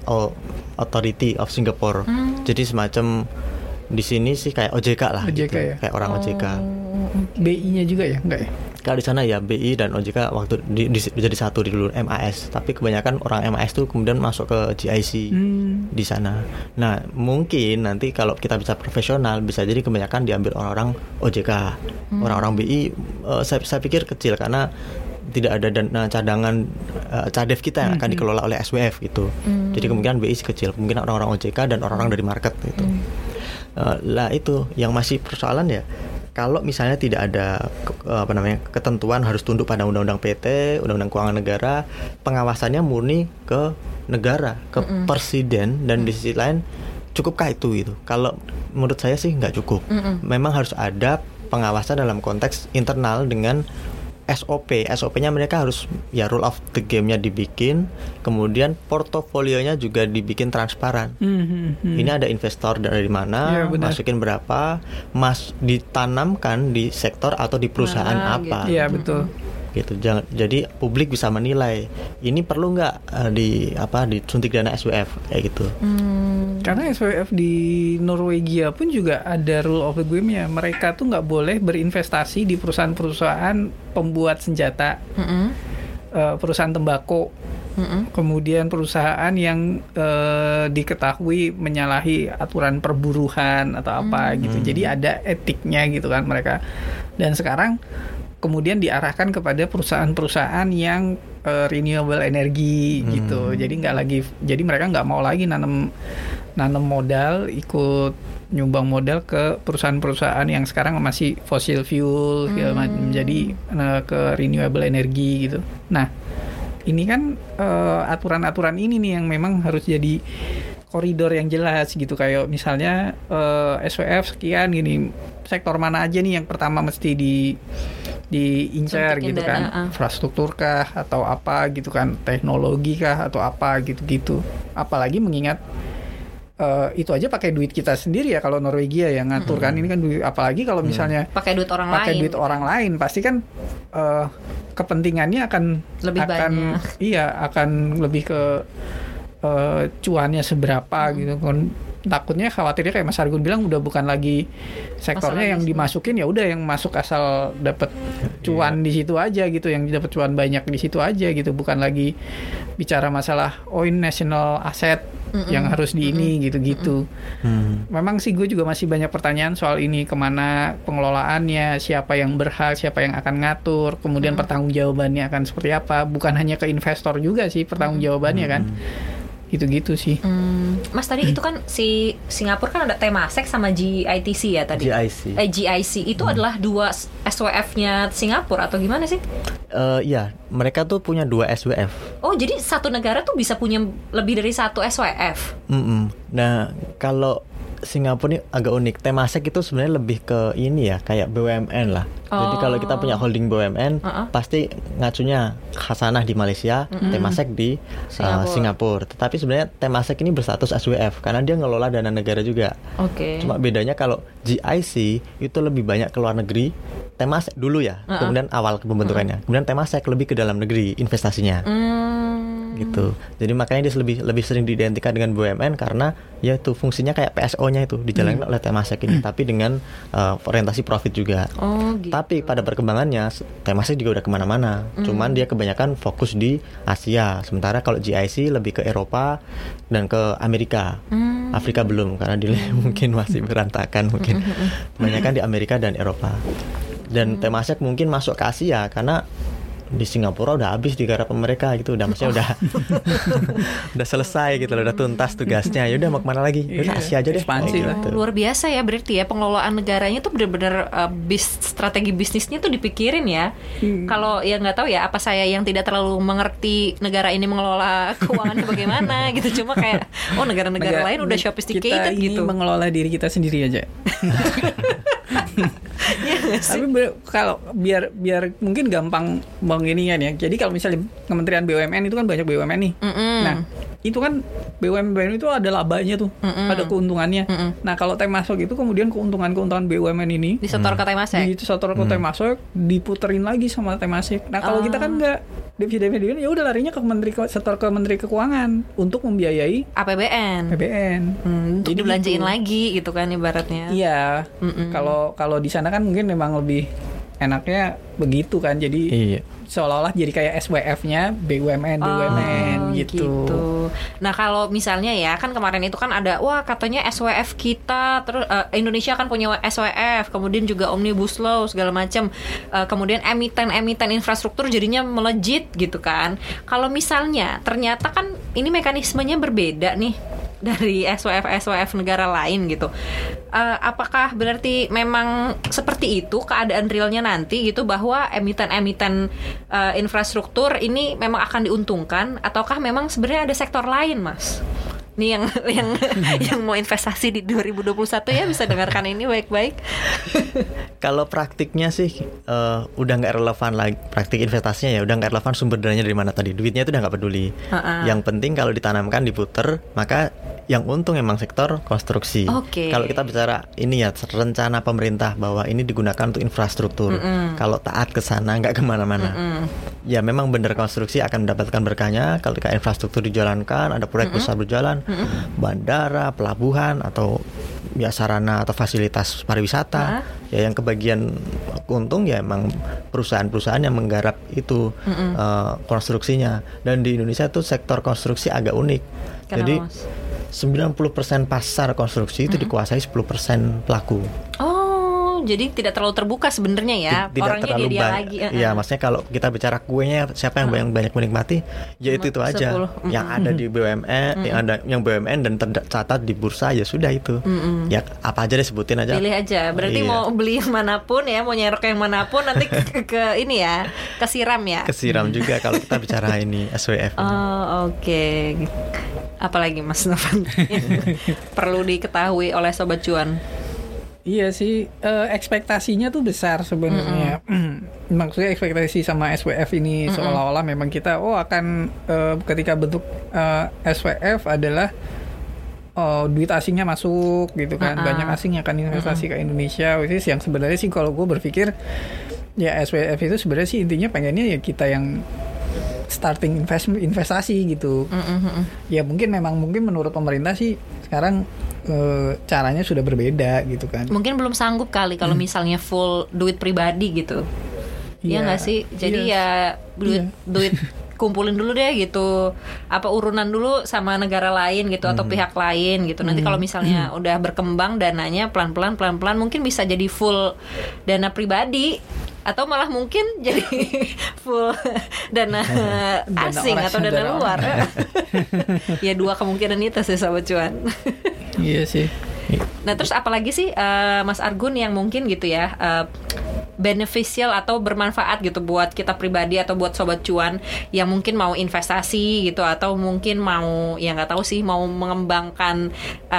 Authority of Singapore. Jadi semacam di sini sih kayak OJK lah, OJK gitu. Ya? Kayak orang OJK. BI-nya juga ya, enggak ya? Kalau di sana ya BI dan OJK waktu jadi satu di dulu MAS, tapi kebanyakan orang MAS tuh kemudian masuk ke GIC di sana. Nah mungkin nanti kalau kita bisa profesional bisa jadi kebanyakan diambil orang-orang OJK, orang-orang BI. Saya pikir kecil karena tidak ada dana cadangan cadef kita yang akan dikelola oleh SWF gitu. Jadi kemungkinan BI kecil, kemungkinan orang-orang OJK dan orang-orang dari market gitu. Lah itu yang masih persoalan ya. Kalau misalnya tidak ada ketentuan harus tunduk pada undang-undang PT, undang-undang keuangan negara, pengawasannya murni ke negara, ke presiden, dan di sisi lain cukupkah itu gitu? Kalau menurut saya sih nggak cukup. Memang harus ada pengawasan dalam konteks internal dengan SOP-nya mereka harus ya rule of the game-nya dibikin, kemudian portofolionya juga dibikin transparan. Ini ada investor dari mana, masukin berapa, ditanamkan di sektor atau di perusahaan apa. Iya betul. Gitu. Jadi publik bisa menilai ini perlu nggak disuntik dana SWF kayak gitu. Karena SWF di Norwegia pun juga ada rule of the game-nya. Mereka tuh nggak boleh berinvestasi di perusahaan-perusahaan pembuat senjata, perusahaan tembakau, kemudian perusahaan yang diketahui menyalahi aturan perburuhan atau apa gitu. Jadi ada etiknya gitu kan mereka. Dan sekarang kemudian diarahkan kepada perusahaan-perusahaan yang renewable energy gitu. Jadi mereka nggak mau lagi nanam modal, ikut nyumbang modal ke perusahaan-perusahaan yang sekarang masih fossil fuel segala macam. Jadi ke renewable energy gitu. Nah, ini kan aturan-aturan ini nih yang memang harus jadi koridor yang jelas gitu. Kayak misalnya SWF sekian gini, sektor mana aja nih yang pertama mesti diincar gitu kan, infrastruktur kah atau apa gitu kan, teknologi kah atau apa gitu-gitu. Apalagi mengingat itu aja pakai duit kita sendiri ya kalau Norwegia yang ngatur kan, ini kan duit, apalagi kalau misalnya pakai duit orang lain pasti kan kepentingannya akan lebih banyak. Iya, akan lebih ke cuannya seberapa gitu kan. Takutnya khawatirnya kayak Mas Argun bilang udah bukan lagi sektornya yang dimasukin, ya udah yang masuk asal dapat cuan di situ aja gitu, yang dapat cuan banyak di situ aja gitu, bukan lagi bicara masalah ini national asset yang harus di ini gitu-gitu. Memang sih gue juga masih banyak pertanyaan soal ini, kemana pengelolaannya, siapa yang berhak, siapa yang akan ngatur, kemudian pertanggungjawabannya akan seperti apa. Bukan hanya ke investor juga sih pertanggungjawabannya kan. Gitu-gitu sih. Mas tadi itu kan si Singapura kan ada Temasek sama GITC ya tadi. GIC itu adalah dua SWF-nya Singapura atau gimana sih? Iya, mereka tuh punya 2 SWF. Oh, jadi satu negara tuh bisa punya lebih dari satu SWF. Nah, kalau Singapura ini agak unik. Temasek itu sebenarnya lebih ke ini ya, kayak BUMN lah. Jadi kalau kita punya holding BUMN, pasti ngacunya Hasanah di Malaysia, Temasek di Singapura. Tetapi sebenarnya Temasek ini berstatus SWF karena dia ngelola dana negara juga. Cuma bedanya kalau GIC itu lebih banyak ke luar negeri. Temasek dulu ya, kemudian awal pembentukannya. Kemudian Temasek lebih ke dalam negeri investasinya. Gitu. Jadi makanya dia lebih sering diidentikan dengan BUMN karena ya itu fungsinya kayak PSO-nya itu dijalankan oleh Temasek ini, tapi dengan orientasi profit juga. Gitu. Tapi pada perkembangannya Temasek juga udah kemana-mana. Cuman dia kebanyakan fokus di Asia. Sementara kalau GIC lebih ke Eropa dan ke Amerika. Afrika belum karena dia mungkin masih berantakan mungkin. Kebanyakan di Amerika dan Eropa. Dan Temasek mungkin masuk ke Asia karena di Singapura udah habis digarap mereka gitu, udah maksudnya udah selesai gitu loh, udah tuntas tugasnya. Ya udah mau kemana lagi? Udah Asia aja deh. Gitu. Luar biasa ya berarti ya, pengelolaan negaranya tuh benar-benar strategi bisnisnya tuh dipikirin ya. Kalau ya nggak tahu ya, apa saya yang tidak terlalu mengerti negara ini mengelola keuangannya bagaimana gitu. Cuma kayak negara-negara lain udah sophisticated kita ini gitu. Mengelola diri kita sendiri aja. Tapi kalau biar mungkin gampang menginian ya. Jadi kalau misalnya Kementerian BUMN itu kan banyak BUMN nih. Nah, itu kan BUMN itu ada labanya tuh, ada keuntungannya. Nah, kalau Temasek itu kemudian keuntungan BUMN ini disetor ke Temasek. Disetor ke Temasek, diputerin lagi sama Temasek. Nah, kalau kita kan enggak, dividen ya udah larinya ke setor ke Menteri Keuangan untuk membiayai APBN. Untuk jadi dibelanjain gitu lagi gitu kan ibaratnya. Iya. Kalau di sana kan mungkin memang lebih enaknya begitu kan. Jadi seolah-olah jadi kayak SWF-nya BUMN gitu. Nah, kalau misalnya ya kan kemarin itu kan ada katanya SWF kita terus Indonesia kan punya SWF, kemudian juga Omnibus Law segala macam. Kemudian emiten infrastruktur jadinya melejit gitu kan. Kalau misalnya ternyata kan ini mekanismenya berbeda nih dari SWF negara lain gitu. Apakah berarti memang seperti itu keadaan realnya nanti gitu, bahwa emiten infrastruktur ini memang akan diuntungkan, ataukah memang sebenarnya ada sektor lain, Mas? Nih yang mau investasi di 2021 ya bisa dengarkan ini baik-baik. Kalau praktiknya sih udah nggak relevan lagi, praktik investasinya ya udah nggak relevan sumber dananya dari mana tadi, duitnya itu udah nggak peduli. Yang penting kalau ditanamkan diputer, maka yang untung emang sektor konstruksi. Kalau kita bicara ini ya rencana pemerintah bahwa ini digunakan untuk infrastruktur. Kalau taat ke sana nggak kemana-mana. Ya memang benar konstruksi akan mendapatkan berkahnya kalau infrastruktur dijalankan, ada proyek besar berjalan. Bandara, pelabuhan atau ya sarana atau fasilitas pariwisata, ya yang kebagian untung ya emang perusahaan-perusahaan yang menggarap itu konstruksinya. Dan di Indonesia tuh sektor konstruksi agak unik. Jadi 90% pasar konstruksi itu dikuasai 10% pelaku. Jadi tidak terlalu terbuka sebenarnya ya. Tidak orangnya terlalu dia banyak. lagi. Iya, maksudnya kalau kita bicara kuenya siapa yang banyak menikmati, ya itu aja. 10. Yang ada di BUMN, yang BUMN dan tercatat di bursa ya sudah itu. Ya apa aja deh sebutin aja. Pilih aja. Berarti mau beli yang manapun ya, mau nyerok yang manapun nanti ke ini ya, kesiram ya. Kesiram juga kalau kita bicara ini SWF. Oke. Apalagi Mas Novan perlu diketahui oleh Sobat Cuan? Iya sih, ekspektasinya tuh besar sebenarnya. Maksudnya ekspektasi sama SWF ini seolah-olah memang kita akan ketika bentuk SWF adalah duit asingnya masuk gitu kan, banyak asing yang akan investasi ke Indonesia. Which is yang sebenarnya sih kalau gue berpikir ya SWF itu sebenarnya sih intinya pengennya ya kita yang starting investasi gitu. Ya mungkin menurut pemerintah sih sekarang caranya sudah berbeda gitu kan. Mungkin belum sanggup kali kalau misalnya full duit pribadi gitu. Iya nggak sih? Jadi ya duit kumpulin dulu deh gitu. Apa urunan dulu sama negara lain gitu atau pihak lain gitu. Nanti kalau misalnya udah berkembang dananya pelan-pelan mungkin bisa jadi full dana pribadi. Atau malah mungkin jadi full dana asing atau dana luar. Ya dua kemungkinan itu sih Sobat Cuan. Iya sih. Nah terus apalagi sih Mas Argun yang mungkin gitu ya beneficial atau bermanfaat gitu buat kita pribadi atau buat Sobat Cuan yang mungkin mau investasi gitu atau mungkin mau ya nggak tahu sih mau mengembangkan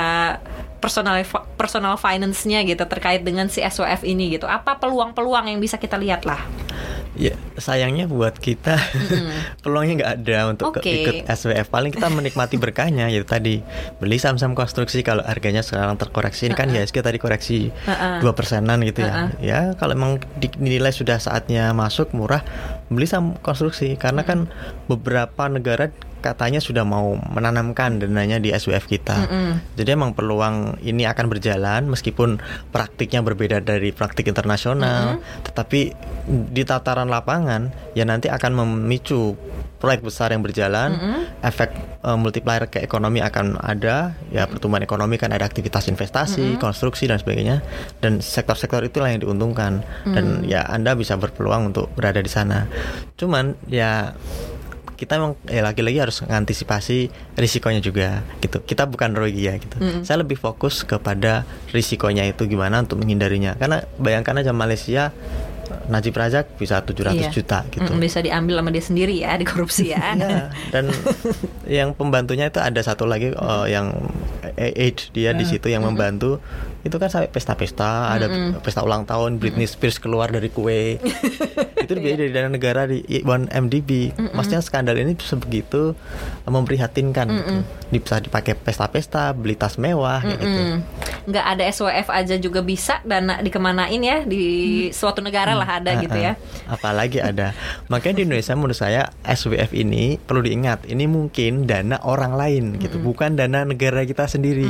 personal finance-nya gitu terkait dengan si SWF ini gitu. Apa peluang-peluang yang bisa kita lihat lah? Ya sayangnya buat kita peluangnya nggak ada untuk ikut SWF. Paling kita menikmati berkahnya yaitu tadi beli saham-saham konstruksi kalau harganya sekarang terkoreksi. Ini kan IHSG tadi koreksi 2%-an gitu ya. Ya kalau memang dinilai sudah saatnya masuk murah, beli saham konstruksi karena kan beberapa negara katanya sudah mau menanamkan dananya di SWF kita. Jadi emang peluang ini akan berjalan meskipun praktiknya berbeda dari praktik internasional, tetapi di tataran lapangan ya nanti akan memicu proyek besar yang berjalan, efek multiplier ke ekonomi akan ada, ya pertumbuhan ekonomi kan ada aktivitas investasi, konstruksi dan sebagainya, dan sektor-sektor itulah yang diuntungkan dan ya Anda bisa berpeluang untuk berada di sana. Cuman ya kita memang lagi-lagi harus mengantisipasi risikonya juga gitu. Kita bukan Rogi ya gitu. Saya lebih fokus kepada risikonya itu gimana untuk menghindarinya. Karena bayangkan aja Malaysia Najib Razak bisa 700 juta gitu. Bisa diambil sama dia sendiri ya, dikorupsi ya. Dan yang pembantunya itu ada satu lagi yang age dia di situ yang membantu. Itu kan sampai pesta-pesta, ada pesta ulang tahun Britney Spears keluar dari kue. Itu dibiayai dari dana negara di 1MDB. Maksudnya skandal ini sebegitu memprihatinkan gitu. Bisa dipakai pesta-pesta, beli tas mewah kayak gitu. Nggak ada SWF aja juga bisa dana dikemanain ya di suatu negara lah ada gitu ya. Apalagi ada. Makanya di Indonesia menurut saya SWF ini perlu diingat, ini mungkin dana orang lain gitu, bukan dana negara kita sendiri.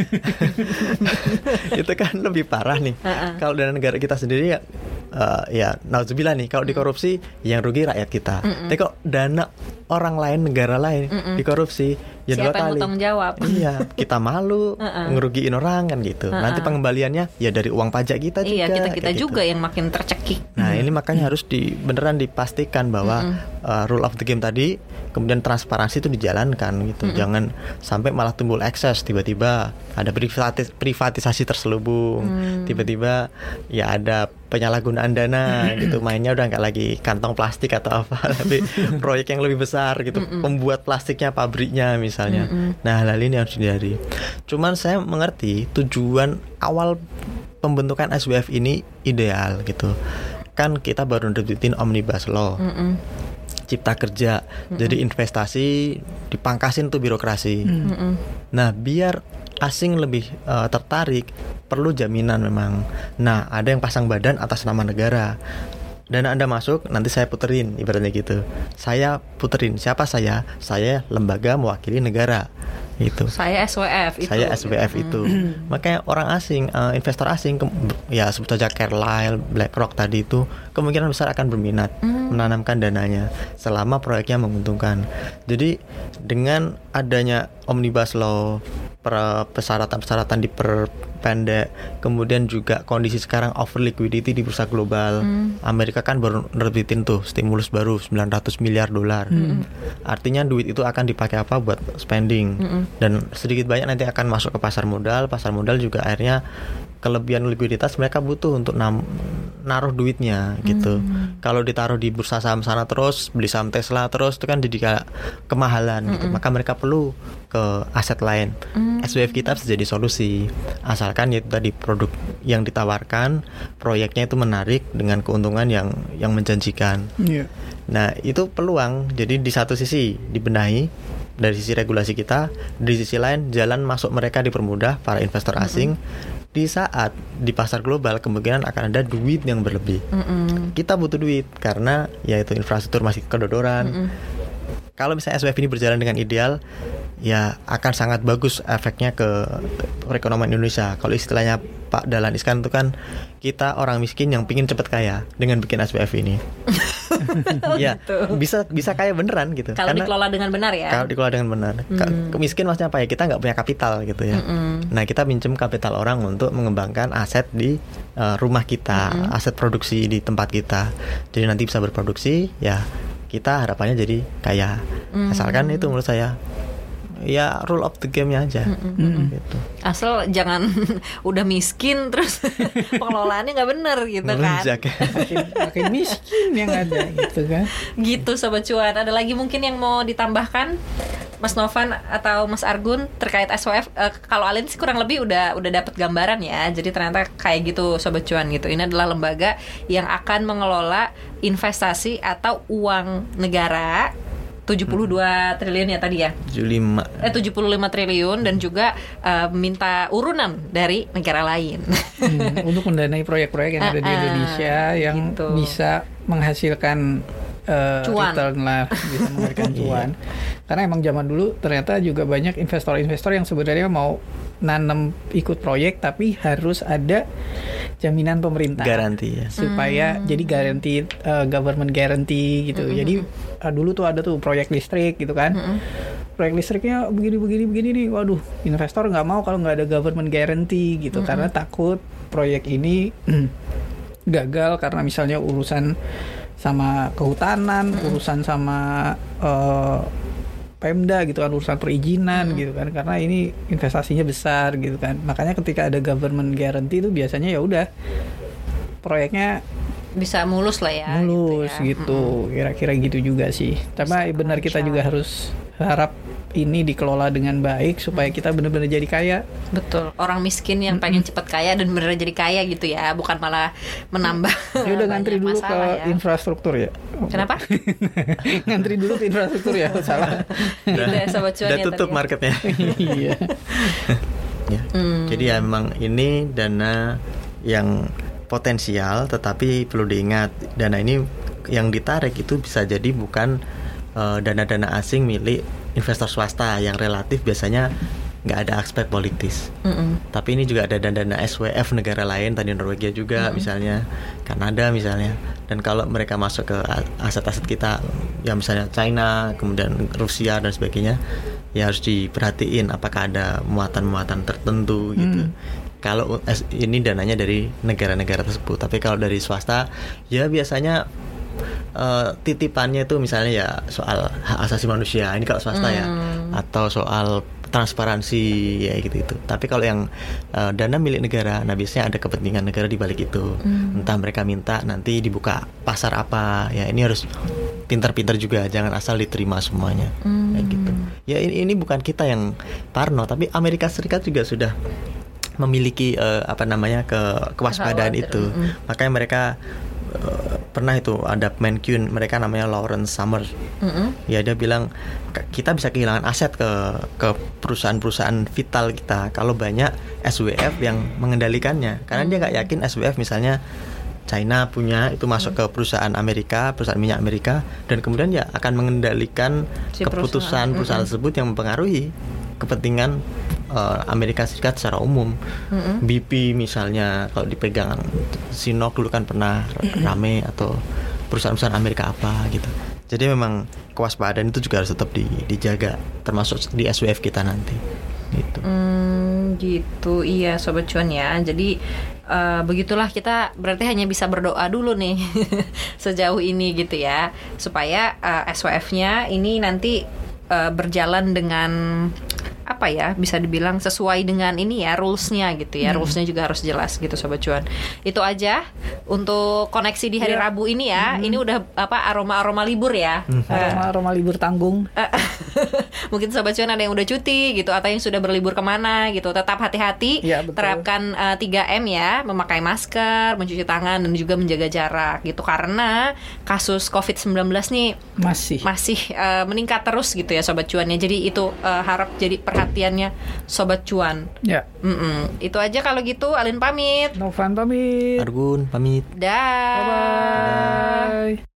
Itu kan lebih parah nih. Kalau dana negara kita sendiri ya nauzubillah nih, kalau dikorupsi yang rugi rakyat kita. Tapi kok dana orang lain, negara lain dikorupsi, ya siapa 2 kali. Yang bertanggung jawab? Iya, kita malu ngerugiin orang kan gitu. Nanti pengembaliannya ya dari uang pajak kita juga. Iya, kita juga gitu. yang makin tercekik. Nah, ini makanya harus beneran dipastikan bahwa rule of the game tadi, kemudian transparansi itu dijalankan gitu. Jangan sampai malah timbul ekses, tiba-tiba ada privatisasi terselubung, tiba-tiba ya ada penyalahgunaan dana gitu, mainnya udah nggak lagi kantong plastik atau apa, tapi proyek yang lebih besar gitu, pembuat plastiknya pabriknya misalnya. Nah, hal ini harus dihindari. Cuman saya mengerti tujuan awal pembentukan SWF ini ideal gitu. Kan kita baru nerbitin Omnibus Law, Cipta Kerja, jadi investasi dipangkasin tuh birokrasi. Nah, biar asing lebih tertarik, perlu jaminan memang. Nah, ada yang pasang badan atas nama negara. Dana Anda masuk, nanti saya puterin, ibaratnya gitu. Saya puterin, siapa saya? Saya lembaga mewakili negara. Itu. Saya SWF itu. Saya SWF itu. Makanya orang asing, investor asing, ya sebut saja Carlyle, BlackRock tadi itu kemungkinan besar akan berminat menanamkan dananya selama proyeknya menguntungkan. Jadi dengan adanya Omnibus Law, persyaratan-persyaratan diperpendek, kemudian juga kondisi sekarang over liquidity di bursa global. Amerika kan baru nerbitin tuh stimulus baru $900 miliar. Artinya duit itu akan dipakai apa buat spending, dan sedikit banyak nanti akan masuk ke pasar modal juga akhirnya kelebihan likuiditas mereka butuh untuk naruh duitnya gitu. Kalau ditaruh di bursa saham sana terus, beli saham Tesla terus, itu kan jadi kayak kemahalan gitu. Maka mereka perlu ke aset lain. SWF kita bisa jadi solusi, asalkan yaitu tadi produk yang ditawarkan, proyeknya itu menarik dengan keuntungan yang menjanjikan. Nah itu peluang. Jadi di satu sisi dibenahi dari sisi regulasi kita, di sisi lain jalan masuk mereka dipermudah para investor asing. Di saat di pasar global kemungkinan akan ada duit yang berlebih. Kita butuh duit karena yaitu infrastruktur masih kedodoran. Kalau misalnya SWF ini berjalan dengan ideal, ya akan sangat bagus efeknya ke perekonomian Indonesia. Kalau istilahnya Pak Dahlan Iskan itu kan, kita orang miskin yang pingin cepat kaya dengan bikin SWF ini. Ya bisa kaya beneran gitu. Kalau dikelola dengan benar ya. Kalau dikelola dengan benar. Miskin maksudnya apa ya? Kita nggak punya kapital gitu ya. Nah kita pinjam kapital orang untuk mengembangkan aset di rumah kita, aset produksi di tempat kita. Jadi nanti bisa berproduksi, ya kita harapannya jadi kaya. Asalkan itu menurut saya ya rule of the game-nya aja. Gitu. Asal jangan udah miskin terus pengelolaannya nggak benar gitu Melunjak, kan. Makin miskin yang ada gitu kan. Gitu Sobat Cuan. Ada lagi mungkin yang mau ditambahkan Mas Novan atau Mas Argun terkait SWF? Kalau Alin sih kurang lebih udah dapat gambaran ya. Jadi ternyata kayak gitu Sobat Cuan gitu. Ini adalah lembaga yang akan mengelola investasi atau uang negara 72 triliun ya tadi ya. 75 triliun dan juga minta urunan dari negara lain. Untuk mendanai proyek-proyek yang ada di Indonesia yang gitu. Bisa menghasilkan return lah, bisa menghasilkan cuan. Karena emang zaman dulu ternyata juga banyak investor-investor yang sebenarnya mau nanam ikut proyek tapi harus ada jaminan pemerintah, garansi ya, supaya jadi garansi government guarantee gitu. Jadi dulu tuh ada tuh proyek listrik gitu kan. Proyek listriknya begini nih, waduh investor nggak mau kalau nggak ada government guarantee gitu, karena takut proyek ini gagal karena misalnya urusan sama kehutanan, urusan sama Pemda gitu kan, urusan perizinan gitu kan, karena ini investasinya besar gitu kan. Makanya ketika ada government guarantee itu biasanya ya udah proyeknya bisa mulus lah ya. Mulus gitu, kira-kira gitu juga sih. Tapi benar kita juga harus harap ini dikelola dengan baik supaya kita benar-benar jadi kaya. Betul. Orang miskin yang pengen cepat kaya dan benar jadi kaya gitu ya, bukan malah menambah. Ya udah ngantri dulu ke infrastruktur ya. Kenapa? Ngantri dulu ke infrastruktur ya, salah. Gitu ya Sobat Cuan. Udah tutup marketnya. Iya. Ya. Jadi ya memang ini dana yang potensial, tetapi perlu diingat dana ini yang ditarik itu bisa jadi bukan dana-dana asing milik investor swasta yang relatif biasanya nggak ada aspek politis. Tapi ini juga ada dana-dana SWF negara lain, tadi Norwegia juga misalnya, Kanada misalnya. Dan kalau mereka masuk ke aset-aset kita, ya misalnya China, kemudian Rusia dan sebagainya, ya harus diperhatiin apakah ada muatan-muatan tertentu gitu. Kalau ini dananya dari negara-negara tersebut. Tapi kalau dari swasta, ya biasanya titipannya itu misalnya ya soal hak asasi manusia, ini kalau swasta ya, atau soal transparansi ya gitu. Tapi kalau yang dana milik negara, nah biasanya ada kepentingan negara di balik itu. Entah mereka minta nanti dibuka pasar apa, ya ini harus pintar-pintar juga, jangan asal diterima semuanya. Kayak gitu. Ya ini bukan kita yang parno, tapi Amerika Serikat juga sudah memiliki kewaspadaan itu. Makanya mereka pernah itu ada Mancune, mereka namanya Lawrence Summers. Ya dia bilang kita bisa kehilangan aset ke perusahaan-perusahaan vital kita kalau banyak SWF yang mengendalikannya, karena dia nggak yakin SWF misalnya China punya itu masuk ke perusahaan Amerika, perusahaan minyak Amerika, dan kemudian ya akan mengendalikan keputusan perusahaan tersebut yang mempengaruhi kepentingan Amerika Serikat secara umum. BP misalnya kalau dipegang Sinopec dulu kan pernah rame, atau perusahaan-perusahaan Amerika apa gitu. Jadi memang kewaspadaan itu juga harus tetap dijaga, termasuk di SWF kita nanti. Gitu. Gitu, iya Sobat Cuan ya. Jadi begitulah, kita berarti hanya bisa berdoa dulu nih sejauh ini gitu ya, supaya SWF-nya ini nanti berjalan dengan apa ya, bisa dibilang sesuai dengan ini ya, rules-nya gitu ya. Rules-nya juga harus jelas gitu Sobat Cuan. Itu aja untuk koneksi di hari Rabu ini ya. Ini udah aroma-aroma libur ya. Aroma libur tanggung. Mungkin Sobat Cuan ada yang udah cuti gitu, atau yang sudah berlibur kemana gitu. Tetap hati-hati, terapkan 3M ya, memakai masker, mencuci tangan, dan juga menjaga jarak gitu. Karena kasus COVID-19 nih masih meningkat terus gitu ya Sobat Cuan ya. Jadi itu harap jadi perhatiannya Sobat Cuan. Ya. Itu aja kalau gitu. Alin pamit. Novan pamit. Argun pamit. Dah. Bye-bye.